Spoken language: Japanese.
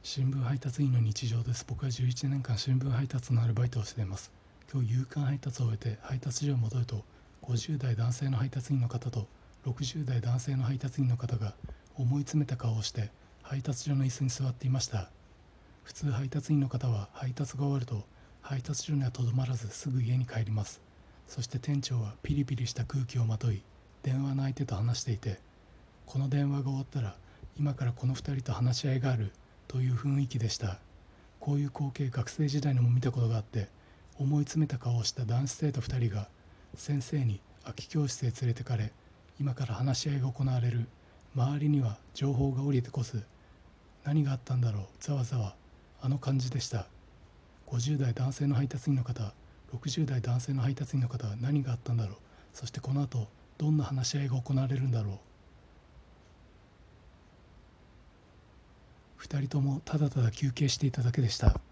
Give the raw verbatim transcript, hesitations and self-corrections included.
新聞配達員の日常です。僕はじゅういちねんかん新聞配達のアルバイトをしています。今日夕刊配達を終えて配達所を戻ると、ごじゅう代男性の配達員の方とろくじゅう代男性の配達員の方が思い詰めた顔をして配達所の椅子に座っていました。普通配達員の方は配達が終わると配達所にはとどまらずすぐ家に帰ります。そして店長はピリピリした空気をまとい電話の相手と話していて、この電話が終わったら今からこのふたりと話し合いがあるという雰囲気でした。こういう光景、学生時代にも見たことがあって、思い詰めた顔をした男子生徒ふたりが先生に空き教室へ連れてかれ、今から話し合いが行われる、周りには情報が降りてこず、何があったんだろう、ざわざわ、あの感じでした。ごじゅう代男性の配達員の方、ろくじゅう代男性の配達員の方は何があったんだろう、そしてこの後どんな話し合いが行われるんだろう。ふたりともただただ休憩していただけでした。